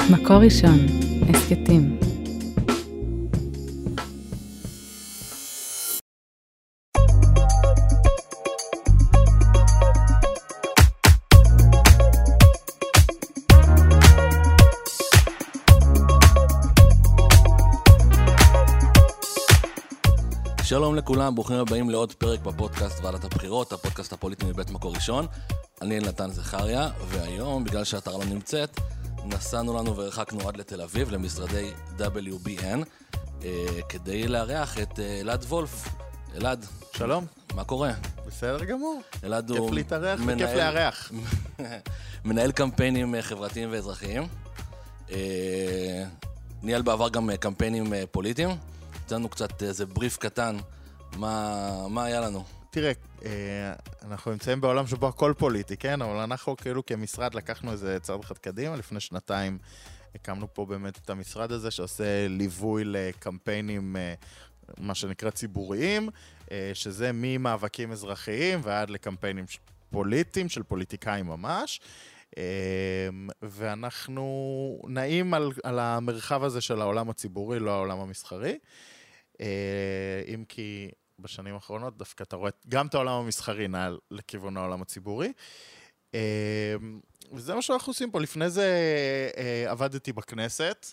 מקור ראשון, הסקטים. שלום לכולם, ברוכים הבאים לעוד פרק בפודקאסט ועדת הבחירות, הפודקאסט הפוליטי מבית מקור ראשון. אני נתן זכריה, והיום, בגלל שהאתר לא נמצאת, נסענו לנו והרחקנו עד לתל אביב, למשרדי WBN, כדי לארח את אלעד וולף. אלעד. שלום. מה קורה? בסדר גמור. אלעד הוא... כיף להתארח וכיף לארח. מנהל קמפיינים חברתיים ואזרחיים. ניהל בעבר גם קמפיינים פוליטיים. יצאנו קצת איזה בריף קטן, מה היה לנו? תראה, אנחנו נמצאים בעולם שבו הכל פוליטי, כן? אבל אנחנו כאילו כמשרד לקחנו איזה צעד אחד קדימה, לפני שנתיים הקמנו פה באמת את המשרד הזה שעושה ליווי לקמפיינים, מה שנקרא ציבוריים, שזה ממאבקים אזרחיים ועד לקמפיינים פוליטיים, של פוליטיקאים ממש. ואנחנו נעים על המרחב הזה של העולם הציבורי, לא העולם המסחרי. אם כי בשנים האחרונות דווקא אתה רואה גם את העולם המסחרי נעל לכיוון העולם הציבורי. וזה מה שאנחנו עושים פה. לפני זה עבדתי בכנסת,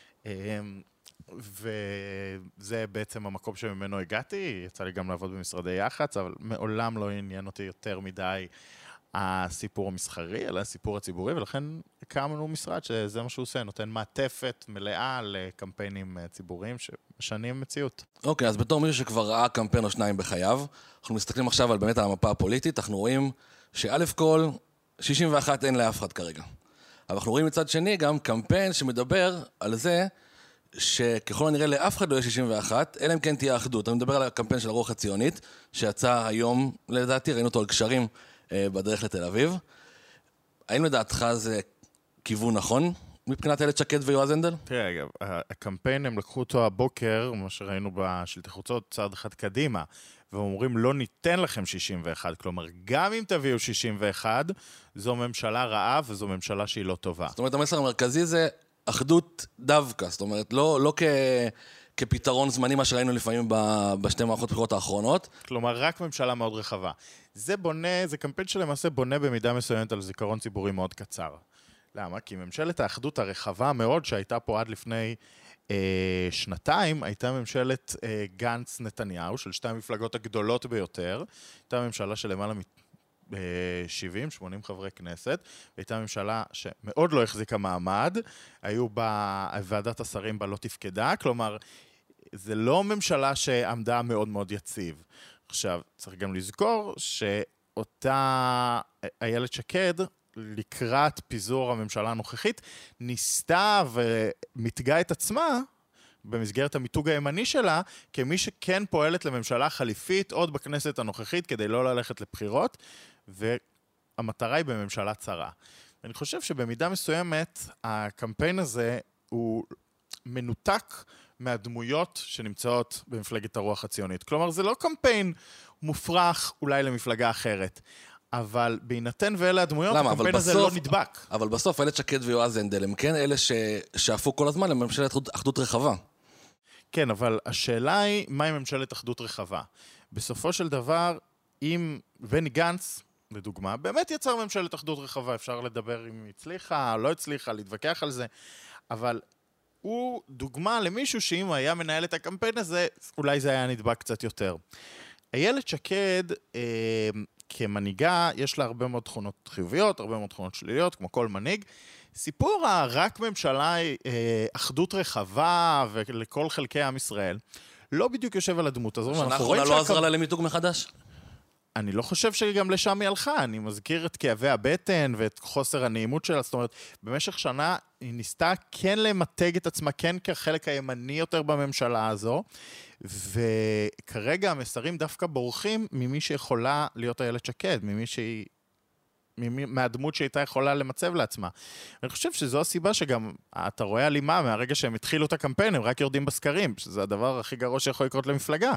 וזה בעצם המקום שממנו הגעתי. יצא לי גם לעבוד במשרדי יח"צ, אבל מעולם לא עניין אותי יותר מדי הסיפור המסחרי, אלא הסיפור הציבורי, ולכן הקמנו משרד שזה מה שהוא עושה, נותן מעטפת מלאה לקמפיינים ציבוריים שמשנים מציאות. אוקיי, אז בתור מישהו שכבר ראה קמפיין או שניים בחייו, אנחנו מסתכלים עכשיו על באמת על המפה הפוליטית, אנחנו רואים שא' כל 61 אין לאף אחד כרגע. אבל אנחנו רואים מצד שני גם קמפיין שמדבר על זה שככל הנראה לאף אחד לא יהיה 61, אלא אם כן תהיה אחדות. אני מדבר על הקמפיין של הרוח הציונית, שיצא היום, לדעתי, ראינו אותו על גשרים, בדרך לתל אביב. האם לדעתך זה כיוון נכון מבחינת איילת שקד ויועז הנדל? תראה, אגב, הקמפיין הם לקחו אותו הבוקר, מה שראינו בשלטי חוצות, צעד אחד קדימה, ואומרים לא ניתן לכם 61, כלומר גם אם תביאו 61, זו ממשלה רעה וזו ממשלה שהיא לא טובה. זאת אומרת, המסר המרכזי זה אחדות דווקא, זאת אומרת, לא כפתרון זמני מה שראינו לפעמים בשתי מערכות בחירות האחרונות. כלומר, רק ממשלה מאוד רחבה. זה קמפיין שלמעשה בונה במידה מסוימת על זיכרון ציבורי מאוד קצר. למה? כי ממשלת האחדות הרחבה מאוד שהייתה פה עד לפני שנתיים, הייתה ממשלת גנץ נתניהו, של שתי המפלגות הגדולות ביותר. הייתה ממשלה של למעלה מ-70-80 חברי כנסת, הייתה ממשלה שמאוד לא החזיקה מעמד, היו בוועדת השרים בה לא תפקדה, כלומר, זה לא ממשלה שעמדה מאוד מאוד יציב. עכשיו, צריך גם לזכור שאותה איילת שקד, לקראת פיזור הממשלה הנוכחית, ניסתה ומתגה את עצמה, במסגרת המיתוג הימני שלה, כמי שכן פועלת לממשלה חליפית עוד בכנסת הנוכחית, כדי לא ללכת לבחירות, והמטרה היא בממשלה צרה. ואני חושב שבמידה מסוימת, הקמפיין הזה הוא מנותק מהדמויות שנמצאות במפלגת הרוח הציונית. כלומר, זה לא קמפיין מופרך אולי למפלגה אחרת, אבל בהינתן ואלה הדמויות, הקמפיין הזה לא נדבק. אבל בסוף, איילת שקד ויועז הנדל, הם כן אלה ששאפו כל הזמן לממשלת אחדות רחבה. כן, אבל השאלה היא, מהי ממשלת אחדות רחבה? בסופו של דבר, אם בני גנץ, לדוגמה, באמת יצר ממשלת אחדות רחבה, אפשר לדבר אם הצליחה או לא הצליחה, להתווכח על זה, אבל הוא דוגמה למישהו שאם היה מנהל את הקמפיין הזה, אולי זה היה נדבק קצת יותר. איילת שקד, כמנהיגה, יש לה הרבה מאוד תכונות חיוביות, הרבה מאוד תכונות שליליות, כמו כל מנהיג. סיפור רק ממשלה אחדות רחבה ולכל חלקי עם ישראל, לא בדיוק יושב על הדמות הזו. השנה האחרונה לא עזרה לה למיתוג מחדש? אני לא חושב שגם לשם היא הלכה, אני מזכיר את כאבי הבטן ואת חוסר הנעימות שלה, זאת אומרת, במשך שנה היא ניסתה כן למתג את עצמה, כן כחלק הימני יותר בממשלה הזו, וכרגע המסרים דווקא בורחים ממי שיכולה להיות איילת שקד, מהדמות שהייתה יכולה למצב לעצמה. אני חושב שזו הסיבה שגם אתה רואה אלימה מהרגע שהם התחילו את הקמפיין, הם רק יורדים בסקרים, שזה הדבר הכי גרוע שיכול לקרות למפלגה.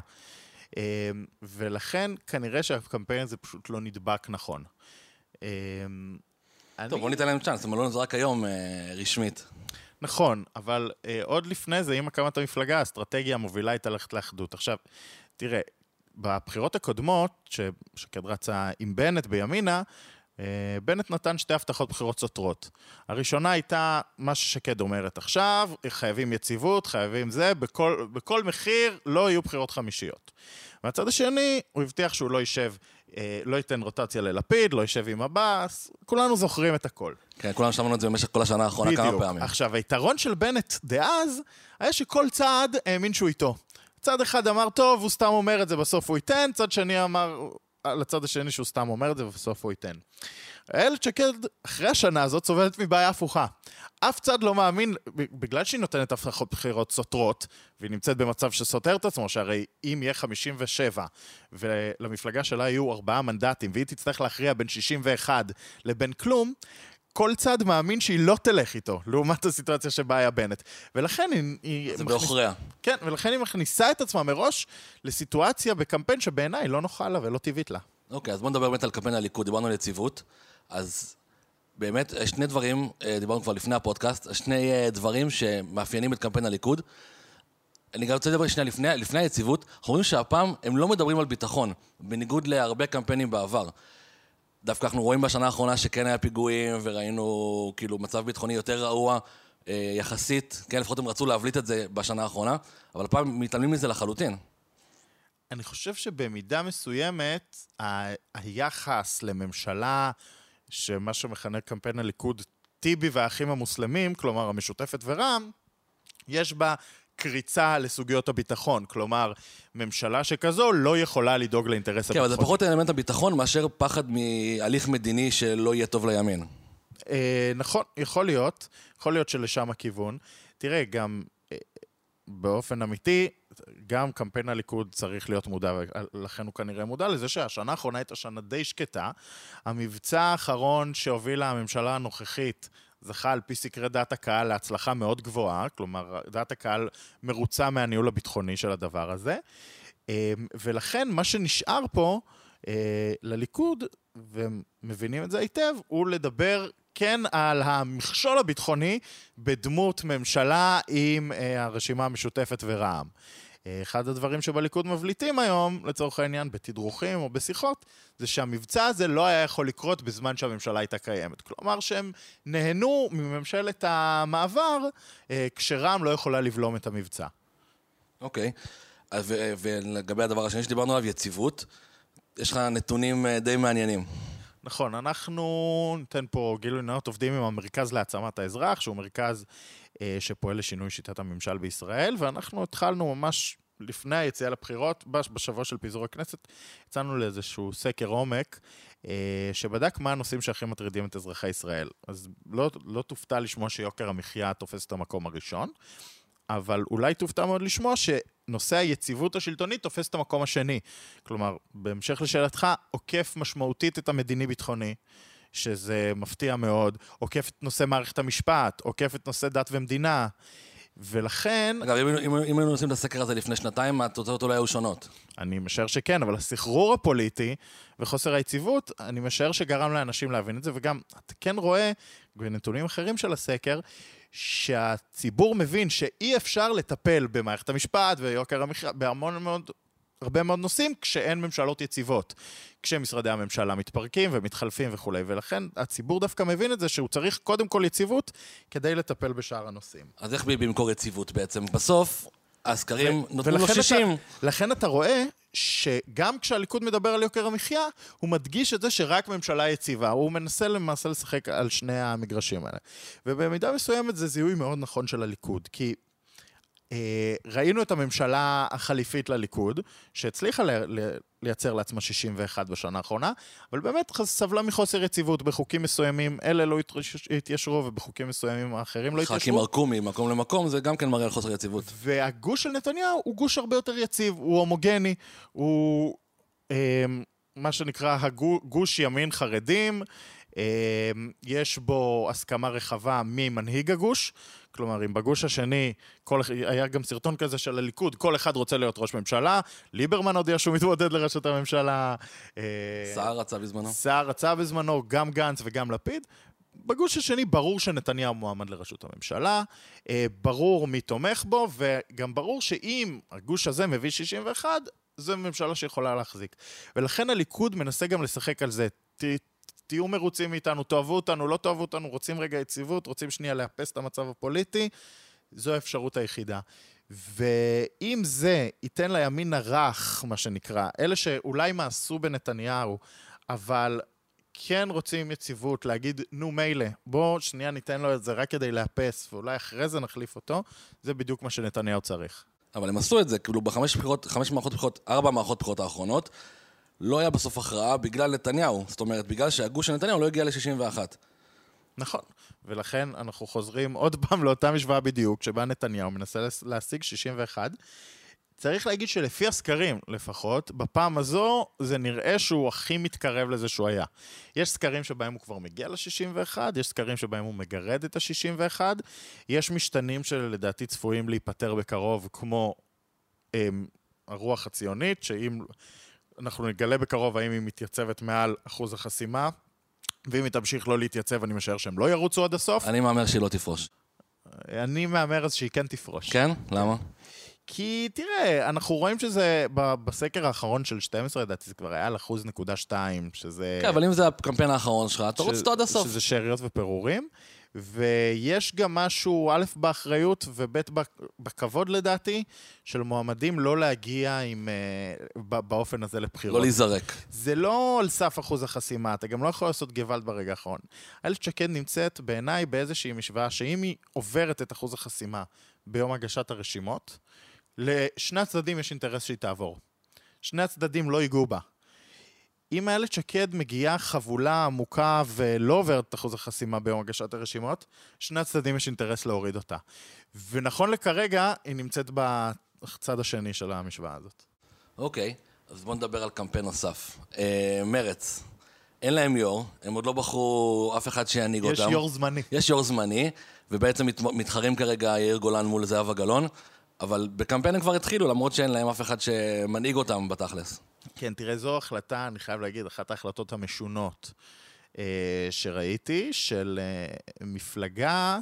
ולכן כנראה שהקמפיין הזה פשוט לא נדבק נכון. טוב, בוא ניתן להם צ'אנס, הם לא נזרק היום רשמית. נכון, אבל עוד לפני זה, עם הקמת המפלגה, האסטרטגיה המובילה הייתה ללכת לאחדות. עכשיו, תראה, בבחירות הקודמות, שקד רצה עם בנט בימינה, בנט נתן שתי הבטחות בחירות סותרות. הראשונה הייתה מה ששקד אומרת עכשיו, חייבים יציבות, חייבים זה, בכל מחיר לא יהיו בחירות חמישיות. מהצד השני, הוא הבטיח שהוא לא יישב, לא ייתן רוטציה ללפיד, לא יישב עם הבאס, כולנו זוכרים את הכל. כן, כולנו שמענו את זה במשך כל השנה האחרונה כמה פעמים. עכשיו, היתרון של בנט דאז, היה שכל צעד האמין שהוא איתו. צד אחד אמר, טוב, הוא סתם אומר את זה, בסוף הוא ייתן, צד שני אמר, לצד השני שהוא סתם אומר את זה, ובסוף הוא ייתן. איילת שקד, אחרי השנה הזאת, סובלת מבעיה הפוכה. אף צד לא מאמין, בגלל שהיא נותנת הבטחות בחירות סותרות, והיא נמצאת במצב שסותר את עצמו, שהרי אם יהיה 57, ולמפלגה שלה יהיו 4 מנדטים, והיא תצטרך להכריע בין 61 לבין כלום, כל צד מאמין שהיא לא תלך איתו, לעומת הסיטואציה שבה היה בנט. ולכן היא... זה באוכריה. כן, ולכן היא מכניסה את עצמה מראש לסיטואציה בקמפיין שבעיניי לא נוחה לה ולא טבעית לה. אוקיי, אז בוא נדבר באמת על קמפיין הליכוד, דיברנו על יציבות, אז באמת שני דברים, דיברנו כבר לפני הפודקאסט, שני דברים שמאפיינים את קמפיין הליכוד. אני גם רוצה לדבר שנייה לפני היציבות, אנחנו רואים שהפעם הם לא מדברים על ביטחון, בניגוד להרבה קמפיינים בעבר. דווקא אנחנו רואים בשנה האחרונה שכן היה פיגועים, וראינו כאילו מצב ביטחוני יותר רעוע יחסית, כן, לפחות הם רצו להבליט את זה בשנה האחרונה, אבל הפעם מתעלמים מזה לחלוטין. אני חושב שבמידה מסוימת, היחס לממשלה, שמה שמכנה קמפיין הליכוד, טיבי והאחים המוסלמים, כלומר המשותפת ורע"מ, יש בה קריצה לסוגיות הביטחון, כלומר, ממשלה שכזו לא יכולה לדאוג לאינטרס הביטחון. כן, אבל זה פחות אלמנט הביטחון מאשר פחד מהליך מדיני שלא יהיה טוב לימין. נכון, יכול להיות שלשם הכיוון. תראה, גם באופן אמיתי, גם קמפיין הליכוד צריך להיות מודע, ולכן הוא כנראה מודע לזה שהשנה האחרונה הייתה שנה די שקטה. המבצע האחרון שהובילה הממשלה הנוכחית, זכה על פי סקרי דעת הקהל להצלחה מאוד גבוהה, כלומר, דעת הקהל מרוצה מהניהול הביטחוני של הדבר הזה, ולכן מה שנשאר פה לליכוד, ומבינים את זה היטב, הוא לדבר כן על המכשול הביטחוני בדמות ממשלה עם הרשימה המשותפת ורע"מ. אחד הדברים שבליכוד מבליטים היום, לצורך העניין, בתדרוכים או בשיחות, זה שהמבצע הזה לא היה יכול לקרות בזמן שהממשלה הייתה קיימת. כלומר שהם נהנו מממשלת המעבר, כשרע"מ לא יכולה לבלום את המבצע. אוקיי, ולגבי הדבר השני שדיברנו עליו, יציבות, יש לך נתונים די מעניינים. נכון, אנחנו ניתן פה גילוי נאות, עובדים עם המרכז להעצמת האזרח, שהוא מרכז שפועל לשינוי שיטת הממשל בישראל, ואנחנו התחלנו ממש לפני היציאה לבחירות, בשבוע של פיזור הכנסת, יצאנו לאיזשהו סקר עומק, שבדק מה הנושאים שהכי מטרידים את אזרחי ישראל. אז לא תופתע לשמוע שיוקר המחיה תופס את המקום הראשון, אבל אולי תופתע מאוד לשמוע שנושא היציבות השלטונית תופס את המקום השני. כלומר, בהמשך לשאלתך, עוקף משמעותית את המדיני-ביטחוני, שזה מפתיע מאוד, עוקף את נושא מערכת המשפט, עוקף את נושא דת ומדינה, ולכן... אגב, אם היינו עושים את הסקר הזה לפני שנתיים, התוצאות אולי היו שונות. אני משער שכן, אבל הסחרור הפוליטי וחוסר היציבות, אני משער שגרם לאנשים להבין את זה, וגם אתה כן רואה, בנתונים אחרים של הסקר, שהציבור מבין שאי אפשר לטפל במערכת המשפט ויוקר המחיה, הרבה מאוד נושאים, כשאין ממשלות יציבות, כשמשרדי הממשלה מתפרקים ומתחלפים וכו'. ולכן הציבור דווקא מבין את זה שהוא צריך קודם כל יציבות כדי לטפל בשאר הנושאים. אז איך במקור יציבות בעצם? בסוף הסקרים נותנים לו 60. לכן אתה רואה שגם כשהליכוד מדבר על יוקר המחיה, הוא מדגיש את זה שרק ממשלה יציבה. הוא מנסה למעשה לשחק על שני המגרשים האלה. ובמידה מסוימת זה זיהוי מאוד נכון של הליכוד, כי ראינו את הממשלה החליפית לליכוד, שהצליחה לייצר לעצמה 61 בשנה האחרונה, אבל באמת סבלה מחוסר יציבות בחוקים מסוימים, אלה לא התיישרו, ובחוקים מסוימים האחרים לא התיישרו. חכים מרקו ממקום למקום, זה גם כן מראה על חוסר יציבות. והגוש של נתניהו הוא גוש הרבה יותר יציב, הוא הומוגני, הוא מה שנקרא הגוש ימין חרדים, יש בו הסכמה רחבה ממנהיג הגוש, כלומר, אם בגוש השני, היה גם סרטון כזה של הליכוד, כל אחד רוצה להיות ראש ממשלה, ליברמן הודיע שהוא מתמודד לראשות הממשלה. סער רצה בזמנו. סער רצה בזמנו, גם גנץ וגם לפיד. בגוש השני ברור שנתניהו מועמד לראשות הממשלה, ברור מי תומך בו, וגם ברור שאם הגוש הזה מביא 61, זו ממשלה שיכולה להחזיק. ולכן הליכוד מנסה גם לשחק על זה. תהיו מרוצים מאיתנו, תאהבו אותנו, לא תאהבו אותנו, רוצים רגע יציבות, רוצים שנייה לאפס את המצב הפוליטי, זו האפשרות היחידה. ואם זה ייתן לימין הרך, מה שנקרא, אלה שאולי מעשו בנתניהו, אבל כן רוצים יציבות, להגיד, נו מילא, בוא שנייה ניתן לו את זה רק כדי לאפס, ואולי אחרי זה נחליף אותו, זה בדיוק מה שנתניהו צריך. אבל הם עשו את זה, כאילו חמש מערכות בחירות, 4 מערכות בחירות האחרונות, לא היה בסוף הכרעה בגלל נתניהו, זאת אומרת, בגלל שהגוש של נתניהו לא הגיע ל-61. נכון, ולכן אנחנו חוזרים עוד פעם לאותה משוואה בדיוק, שבה נתניהו מנסה להשיג 61. צריך להגיד שלפי הסקרים לפחות, בפעם הזו זה נראה שהוא הכי מתקרב לזה שהוא היה. יש סקרים שבהם הוא כבר מגיע ל-61, יש סקרים שבהם הוא מגרד את ה-61, יש משתנים שלדעתי צפויים להיפטר בקרוב, כמו הרוח הציונית, שאם אנחנו נגלה בקרוב האם היא מתייצבת מעל אחוז החסימה, ואם היא תמשיך לא להתייצב, אני משער שהם לא ירוצו עד הסוף. אני מאמר שהיא לא תפרוש. אני מאמר אז שהיא כן תפרוש. כן? למה? כי תראה, אנחנו רואים שזה בסקר האחרון של 12, לדעתי זה כבר היה על 1.2%, שזה... כן, אבל אם זה הקמפיין האחרון שלך, אתה רוצה אותו עד הסוף. שזה שאריות ופירורים, ויש גם משהו, א' באחריות וב' בכבוד לדעתי, של מועמדים לא להגיע באופן הזה לבחירות. לא להיזרק. זה לא על סף אחוז החסימה, אתה גם לא יכול לעשות גוואלד ברגע האחרון. איילת שקד נמצאת בעיניי באיזושהי משוואה, שאם היא עוברת את אחוז החסימה ביום הגשת הרשימות, לשני הצדדים יש אינטרס שהיא תעבור. שני הצדדים לא ייגעו בה. אם איילת שקד מגיעה חבולה עמוקה ולא עוברת את אחוז החסימה ביום הגשת הרשימות, שני הצדדים יש אינטרס להוריד אותה. ונכון לכרגע, היא נמצאת בצד השני של המשוואה הזאת. אוקיי, אז בואו נדבר על קמפיין נוסף. מרץ. אין להם יור, הם עוד לא בחרו אף אחד שינהיג אותם. יש יור זמני. יש יור זמני, ובעצם מתחרים כרגע יאיר גולן מול זהבה גלאון, אבל בקמפיין הם כבר התחילו, למרות שאין להם אף אחד שמנהיג אותם בתכלס. כן, תראה, זו החלטה, אני חייב להגיד, אחת ההחלטות המשונות שראיתי, של מפלגה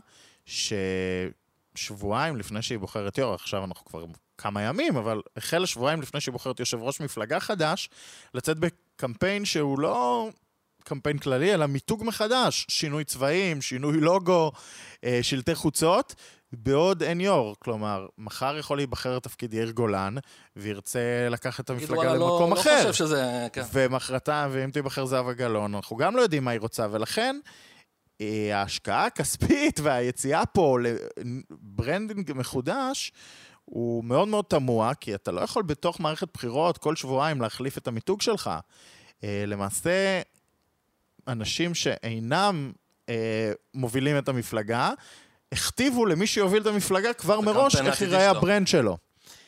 ששבועיים לפני שהיא בוחרת יו"ר, עכשיו אנחנו כבר כמה ימים, אבל החל שבועיים לפני שהיא בוחרת יושב ראש מפלגה חדש, לצאת בקמפיין שהוא לא קמפיין כללי, אלא מיתוג מחדש, שינוי צבעים, שינוי לוגו, שלטי חוצות, בעוד אין יו"ר, כלומר, מחר יכול להיבחר תפקיד יאיר גולן, וירצה לקחת את המפלגה למקום אחר. לא חושב שזה... ומחרתה, ואם תיבחר זהבה גלאון, אנחנו גם לא יודעים מה היא רוצה, ולכן ההשקעה הכספית והיציאה פה לברנדינג מחודש, הוא מאוד מאוד תמוה, כי אתה לא יכול בתוך מערכת בחירות כל שבועיים להחליף את המיתוג שלך. למעשה, אנשים שאינם מובילים את המפלגה, הכתיבו למי שיוביל את המפלגה כבר מראש איך ייראה הברנד שלו.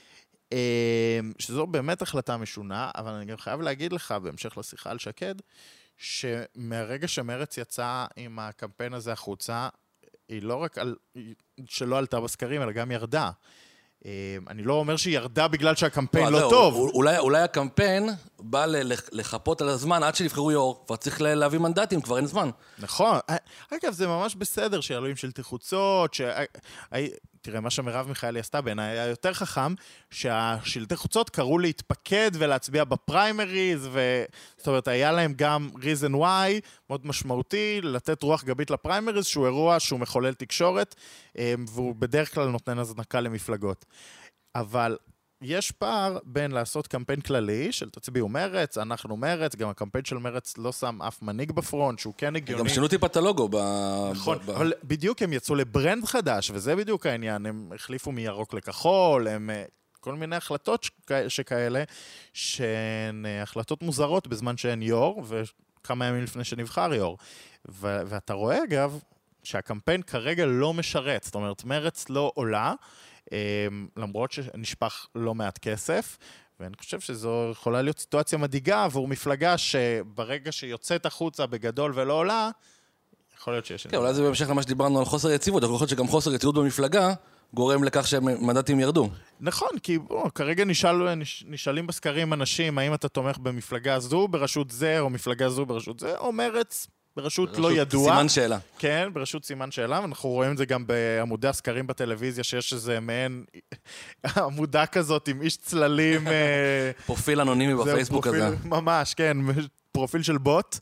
שזו באמת החלטה משונה, אבל אני גם חייב להגיד לך, בהמשך לשיחה על שקד, שמהרגע שמרץ יצא עם הקמפיין הזה החוצה, היא לא רק שלא עלתה בסקרים, אלא גם ירדה. אני לא אומר שהיא ירדה בגלל שהקמפיין לא טוב. אולי הקמפיין בא לחפות על הזמן עד שנבחרו יו"ר, כבר צריך להביא מנדטים, כבר אין זמן. נכון. אגב, זה ממש בסדר שיעלו עם שלטי חוצות, תראה, מה שמרב מיכאלי עשתה בעיניי היה יותר חכם, שהשלטי חוצות קראו להתפקד ולהצביע בפריימריז, זאת אומרת, היה להם גם reason why, מאוד משמעותי, לתת רוח גבית לפריימריז, שהוא אירוע שהוא מחולל תקשורת, והוא בדרך כלל נותן הזנקה למפלגות. אבל יש פער בין לעשות קמפיין כללי, של תצביעו מרץ, אנחנו מרץ, גם הקמפיין של מרץ לא שם אף מנהיג בפרונט, שהוא כן הגיוני. גם שינו טיפה את הלוגו. נכון, אבל בדיוק הם יצאו לברנד חדש, וזה בדיוק העניין, הם החליפו מירוק לכחול, הם כל מיני החלטות שכאלה, שהן החלטות מוזרות בזמן שאין יור, וכמה ימים לפני שנבחר יור. ואתה רואה אגב, שהקמפיין כרגע לא משרת, זאת אומרת, מרץ לא עולה, למרות שנשפך לא מעט כסף, ואני חושב שזו יכולה להיות סיטואציה מדאיגה עבור מפלגה שברגע שיוצאת החוצה בגדול ולא עולה, יכול להיות שיש... כן, אולי זה בהמשך למה שדיברנו על חוסר יציבות, יכול להיות שגם חוסר יציבות במפלגה גורם לכך שמנדטים ירדו. נכון, כי כרגע נשאלים בסקרים אנשים, האם אתה תומך במפלגה זו בראשות זה, או מפלגה זו בראשות זה, או מרץ בראשות לא ידוע. סימן שאלה. כן, בראשות סימן שאלה, ואנחנו רואים את זה גם בעמודי הסקרים בטלוויזיה, שיש איזה מעין עמודה כזאת עם איש צללים. פרופיל אנונימי בפייסבוק הזה. ממש, כן, פרופיל של בוט,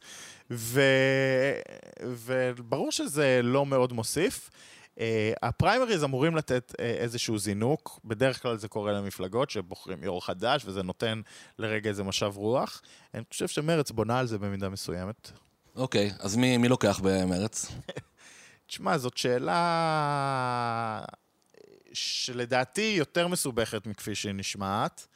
וברור שזה לא מאוד מוסיף. הפריימריז אמורים לתת איזשהו זינוק, בדרך כלל זה קורה למפלגות שבוחרים יו"ר חדש, וזה נותן לרגע איזה משב רוח. אני חושב שמרץ בונה על זה במידה מסוימת. אוקיי, אז מי לוקח במרץ? תשמע, זאת שאלה שלדעתי יותר מסובכת מכפי שהיא נשמעת.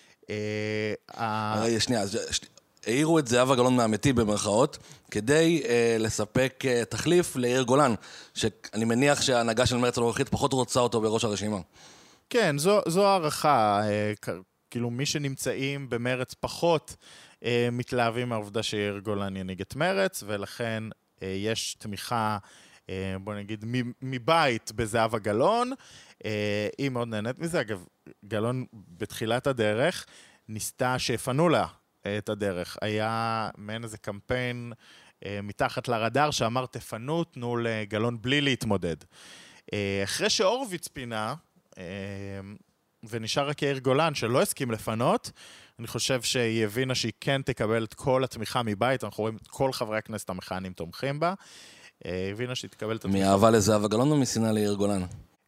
שנייה, העירו את זהבה גלאון מהמתי במרכאות, כדי לספק תחליף ליאיר גולן, שאני מניח שההנהגה של מרץ הנוכחית פחות רוצה אותו בראש הרשימה. כן, זו הערכה. כאילו מי שנמצאים במרץ פחות מתלהבים מהעובדה שיאיר גולן ינהיג את מרץ, ולכן יש תמיכה, בוא נגיד, מבית בזהבה גלאון. היא מאוד נהנית מזה. אגב, גלאון בתחילת הדרך ניסתה שיפנו לה את הדרך. היה מעין איזה קמפיין מתחת לרדאר שאמר תפנו, תנו לגלאון בלי להתמודד. אחרי שאורוויץ פינה, ונשאר רק יאיר גולן שלא הסכים לפנות, אני חושב שהיא הבינה שהיא כן תקבל את כל התמיכה מבית, אנחנו רואים את כל חברי הכנסת המכהנים תומכים בה, היא הבינה שהיא תקבל את התמיכה. מאהבה לזהבה גלאון או משנאה ליאיר גולן?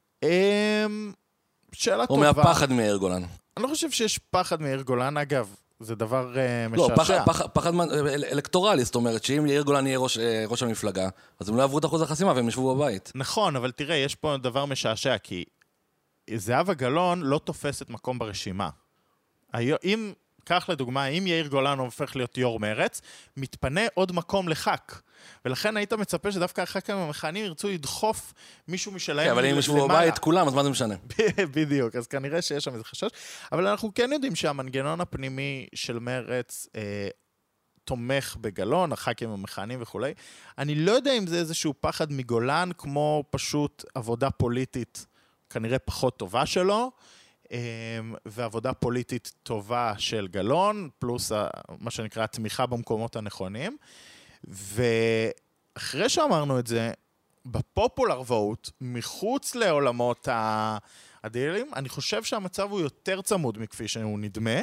שאלה או טובה. או מהפחד מיאיר גולן? אני לא חושב שיש פחד מיאיר גולן, אגב, זה דבר משעשע. לא, פחד אלקטורלי, זאת אומרת, שאם יאיר גולן יהיה ראש המפלגה, אז הם לא יעברו את אחוז החסימה והם ישבו בבית. נכון, אבל תראה, יש פה דבר משעשע, כי זהבה גלאון לא תופסת מקום ברשימה. אם, כך לדוגמה, אם יאיר גולן הופך להיות יו"ר מרץ, מתפנה עוד מקום לח"כ. ולכן היית מצפה שדווקא הח"כים המכהנים ירצו לדחוף מישהו משלהם. כן, אבל אם ישבו בבית כולם, אז מה זה משנה? בדיוק, אז כנראה שיש שם איזה חשש. אבל אנחנו כן יודעים שהמנגנון הפנימי של מרץ תומך בגלאון, הח"כים המכהנים וכו'. אני לא יודע אם זה איזשהו פחד מגולן, כמו פשוט עבודה פוליטית כנראה פחות טובה שלו, ועבודה פוליטית טובה של גלאון, פלוס מה שנקרא תמיכה במקומות הנכונים. ואחרי שאמרנו את זה, בפופולר ווט, מחוץ לעולמות הדילים, אני חושב שהמצב הוא יותר צמוד מכפי שהוא נדמה.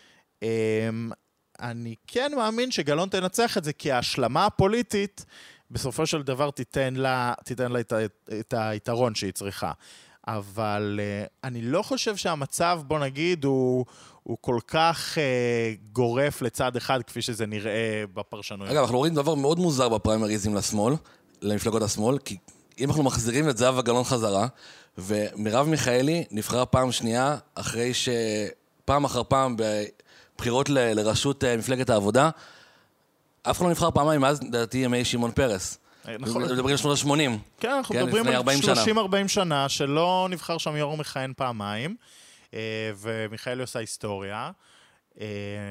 אני כן מאמין שגלאון תנצח את זה, כי ההשלמה הפוליטית בסופו של דבר תיתן לה את היתרון שהיא צריכה. אבל אני לא חושב שהמצב, בוא נגיד, הוא כל כך גורף לצד אחד, כפי שזה נראה בפרשנויות. אגב, אנחנו רואים דבר מאוד מוזר בפריימריזם לשמאל, למפלגות השמאל, כי אם אנחנו מחזירים את זהבה גלאון חזרה, ומרב מיכאלי נבחרה פעם שנייה, אחרי שפעם אחר פעם בבחירות לראשות מפלגת העבודה, אף אחד לא נבחר פעמיים, מאז דעתי ימי שמעון פרס. אנחנו מדברים על שנות ה-80. כן, אנחנו מדברים על 30-40 שנה, שלא נבחר שם יו"ר מכהן פעמיים, ומיכאלי עושה היסטוריה. אולי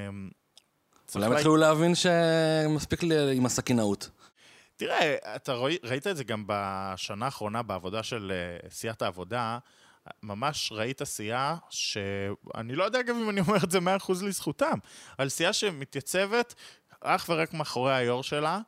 הם התחילו להבין שמספיק לי עם הסכינאות. תראה, אתה ראית את זה גם בשנה האחרונה בעבודה של סיעת העבודה, ממש ראית סיעה שאני לא יודע גם אם אני אומר את זה 100% לזכותם, אבל סיעה שמתייצבת אך ורק מאחורי היו"ר שלה,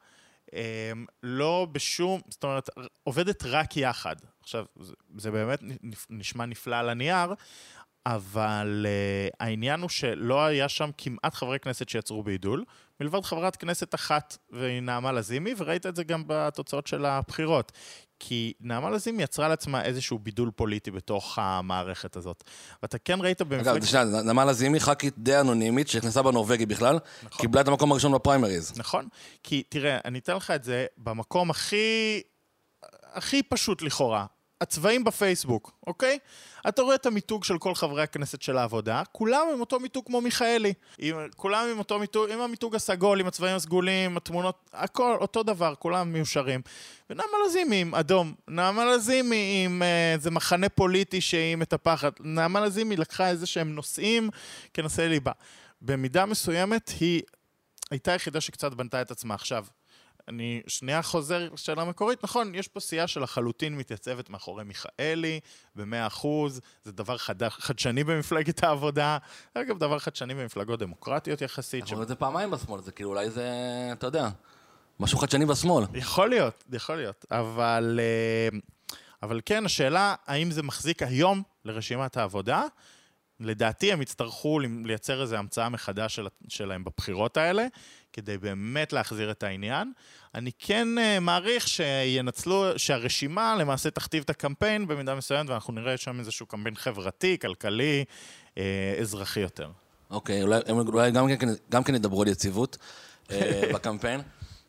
לא בשום, זאת אומרת, עובדת רק יחד. עכשיו, זה באמת נשמע נפלא על הנייר, אבל העניין הוא שלא היה שם כמעט חברי כנסת שיצרו בעידול, מלבד חברת כנסת אחת והיא נעמה לזימי, וראית את זה גם בתוצאות של הבחירות. כי נעמה לזימי יצרה לעצמה איזשהו בידול פוליטי בתוך המערכת הזאת. ואתה כן ראית אגב, נעמה לזימי ח"כית די אנונימית, שנכנסה בנורווגי בכלל, קיבלה את המקום הראשון בפריימריז. נכון, כי תראה, אני אתן לך את זה במקום הכי פשוט לכאורה. הצבעים בפייסבוק, אוקיי? אתה רואה את המיתוג של כל חברי הכנסת של העבודה, כולם עם אותו מיתוג כמו מיכאלי. כולם עם אותו מיתוג, עם המיתוג הסגול, עם הצבעים הסגולים, התמונות, הכל אותו דבר, כולם מיושרים. ונעמה לזימי עם אדום, נעמה לזימי עם איזה מחנה פוליטי שהיא מטפחת. נעמה לזימי לקחה איזה שהם נושאים כנושאי ליבה. במידה מסוימת היא הייתה היחידה שקצת בנתה את עצמה עכשיו. אני שנייה חוזר שאלה מקורית, נכון, יש פה סיעה שלחלוטין מתייצבת מאחורי מיכאלי, ב100%, זה דבר חדשני במפלגת העבודה, אגב, דבר חדשני במפלגות דמוקרטיות יחסית. אנחנו רואים את זה פעמיים בשמאל, זה כאילו אולי זה, אתה יודע, משהו חדשני בשמאל. יכול להיות. אבל כן, השאלה, האם זה מחזיק היום לרשימת העבודה? לדעתי הם יצטרכו לייצר איזו המצאה מחדש שלהם בבחירות האלה, כדי באמת להחזיר את העניין. אני כן מעריך שהרשימה למעשה תכתיב את הקמפיין במידה מסוימת, ואנחנו נראה שם איזשהו קמפיין חברתי, כלכלי, אזרחי יותר. אוקיי, אולי גם כן ידברו על יציבות בקמפיין.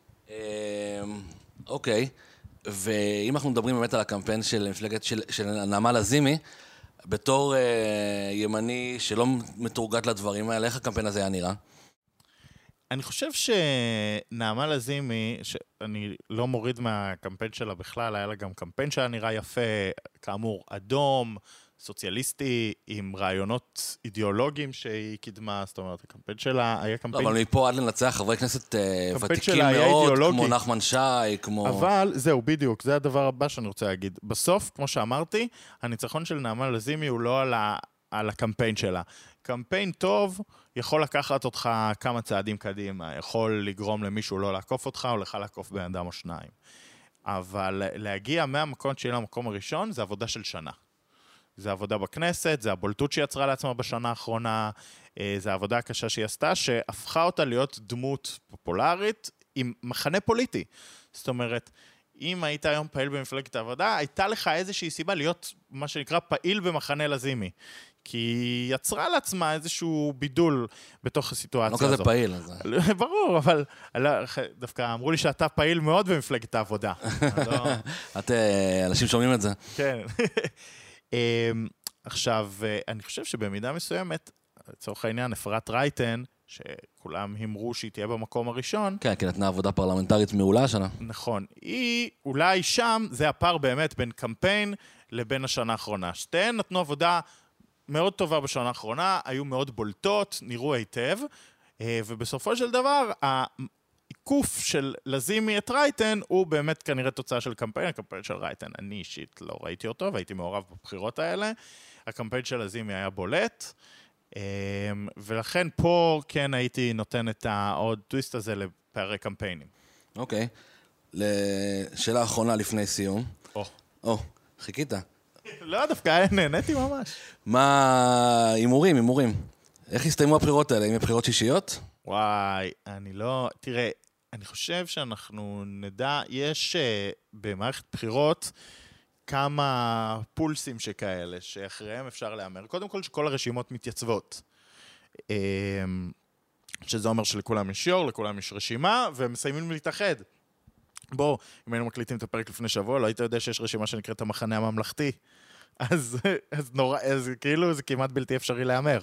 אוקיי, ואם אנחנו מדברים באמת על הקמפיין של מפלגת של נעמה לזימי, בתור ימני שלא מתורגת לדברים האלה, איך הקמפיין הזה היה נראה? אני חושב שנעמה לזימי, שאני לא מוריד מהקמפיין שלה בכלל, היה לה גם קמפיין שהיה נראה יפה, כאמור, אדום, סוציאליסטי, עם רעיונות אידיאולוגיים שהיא קידמה, זאת אומרת, הקמפיין שלה היה קמפיין... לא, אבל מפה עד לנצח חברי כנסת ותיקים מאוד, כמו נחמן שי, כמו... אבל זהו, בדיוק, זה הדבר הבא שאני רוצה להגיד. בסוף, כמו שאמרתי, הניצחון של נעמה לזימי הוא לא על הקמפיין שלה. קמפיין טוב יכול לקחת אותך כמה צעדים קדימה, יכול לגרום למישהו לא לעקוף אותך, או לך לעקוף בן אדם או שניים. אבל להגיע מהמקום שלי למקום הראשון, זה עבודה של שנה. זה עבודה בכנסת, זה הבולטות שיצרה לעצמה בשנה האחרונה, זה העבודה הקשה שהיא עשתה, שהפכה אותה להיות דמות פופולרית עם מחנה פוליטי. זאת אומרת, אם היית היום פעיל במפלגת העבודה, הייתה לך איזושהי סיבה להיות מה שנקרא פעיל במחנה לזימי. כי היא יצרה לעצמה איזשהו בידול בתוך הסיטואציה הזאת. לא כזה פעיל. ברור, אבל דווקא אמרו לי שאתה פעיל מאוד במפלגת העבודה. אנשים שומעים את זה. כן. עכשיו, אני חושב שבמידה מסוימת, לצורך העניין, אפרת רייטן, שכולם אמרו שהיא תהיה במקום הראשון. כן, כי נתנה עבודה פרלמנטרית מעולה השנה. נכון. היא, אולי שם, זה הפער באמת בין קמפיין לבין השנה האחרונה. שתיהן נתנו עבודה מאוד טובה בשנה האחרונה, היו מאוד בולטות, נראו היטב, ובסופו של דבר, העיקוף של לזימי את רייטן, הוא באמת כנראה תוצאה של קמפיין. הקמפיין של רייטן, אני אישית לא ראיתי אותו, והייתי מעורב בבחירות האלה. הקמפיין של לזימי היה בולט, ולכן פה כן הייתי נותן את העוד טוויסט הזה לפערי קמפיינים. אוקיי. לשאלה האחרונה לפני סיום. חיכית. לא, דווקא נהניתי ממש. מה, הימורים. איך הסתיימו הבחירות האלה? אם הבחירות שישיות? וואי, אני לא... תראה, אני חושב שאנחנו נדע, יש במערכת בחירות כמה פולסים שכאלה, שאחריהם אפשר לאמר. קודם כל שכל הרשימות מתייצבות. שזה אומר שלכולם יש יור, לכולם יש רשימה, והם מסיימים להתאחד. בוא, אם היינו מקליטים את הפרק לפני שבוע, לא היית יודע שיש רשימה שנקראת המחנה הממלכתי. אז כאילו זה כמעט בלתי אפשרי לאמר.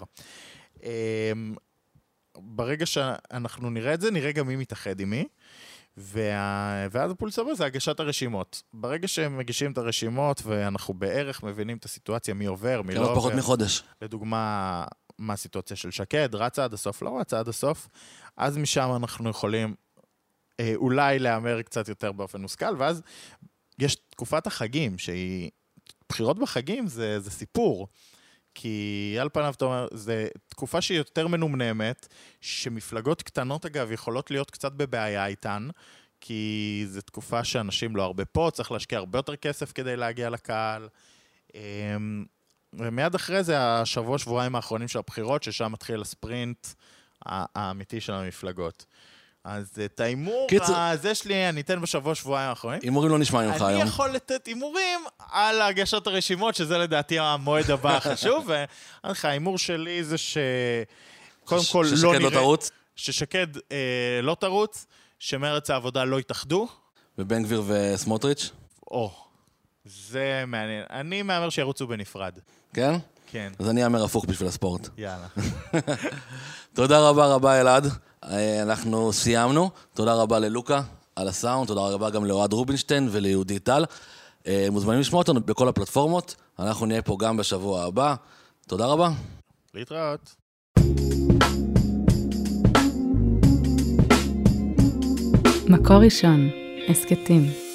ברגע שאנחנו נראה את זה, נראה גם מי מתאחד עם מי, ואז הפולס הבא זה הגשת הרשימות. ברגע שהם מגישים את הרשימות, ואנחנו בערך מבינים את הסיטואציה, מי עובר, מי לא עובר. פחות מחודש. לדוגמה, מה הסיטואציה של שקד, רצה עד הסוף, לא רצה עד הסוף, אז משם אנחנו יכולים אולי לאמר קצת יותר באופן מושכל, ואז יש תקופת החגים, שהיא, בחירות בחגים זה סיפור, כי על פניו, אתה אומר, זה תקופה שהיא יותר מנומנמת, שמפלגות קטנות אגב יכולות להיות קצת בבעיה איתן, כי זו תקופה שאנשים לא הרבה פה, צריך להשקיע הרבה יותר כסף כדי להגיע לקהל, ומיד אחרי זה שבועיים האחרונים של הבחירות, ששם מתחיל הספרינט האמיתי של המפלגות. אז את האימור הזה שלי אני אתן שבועיים האחרונים. אימורים לא נשמע ממך היום. אני יכול לתת אימורים על הגשת הרשימות, שזה לדעתי המועד הבא החשוב, האימור שלי זה קודם כל לא נראה... ששקד לא תרוץ? ששקד לא תרוץ, שמרץ העבודה לא יתאחדו. ובן גביר וסמוטריץ'? זה מעניין. אני מאמר שירוצו בנפרד. כן? כן. אז אני אאמר הפוך בשביל הספורט. יאללה. תודה רבה אלעד. אנחנו סיימנו. תודה רבה ללוקה על הסאונד. תודה רבה גם לאוהד רובינשטיין וליהודי טל. מוזמנים לשמוע אותנו בכל הפלטפורמות. אנחנו נהיה פה גם בשבוע הבא. תודה רבה. להתראות. מקור ראשון, הסקטים.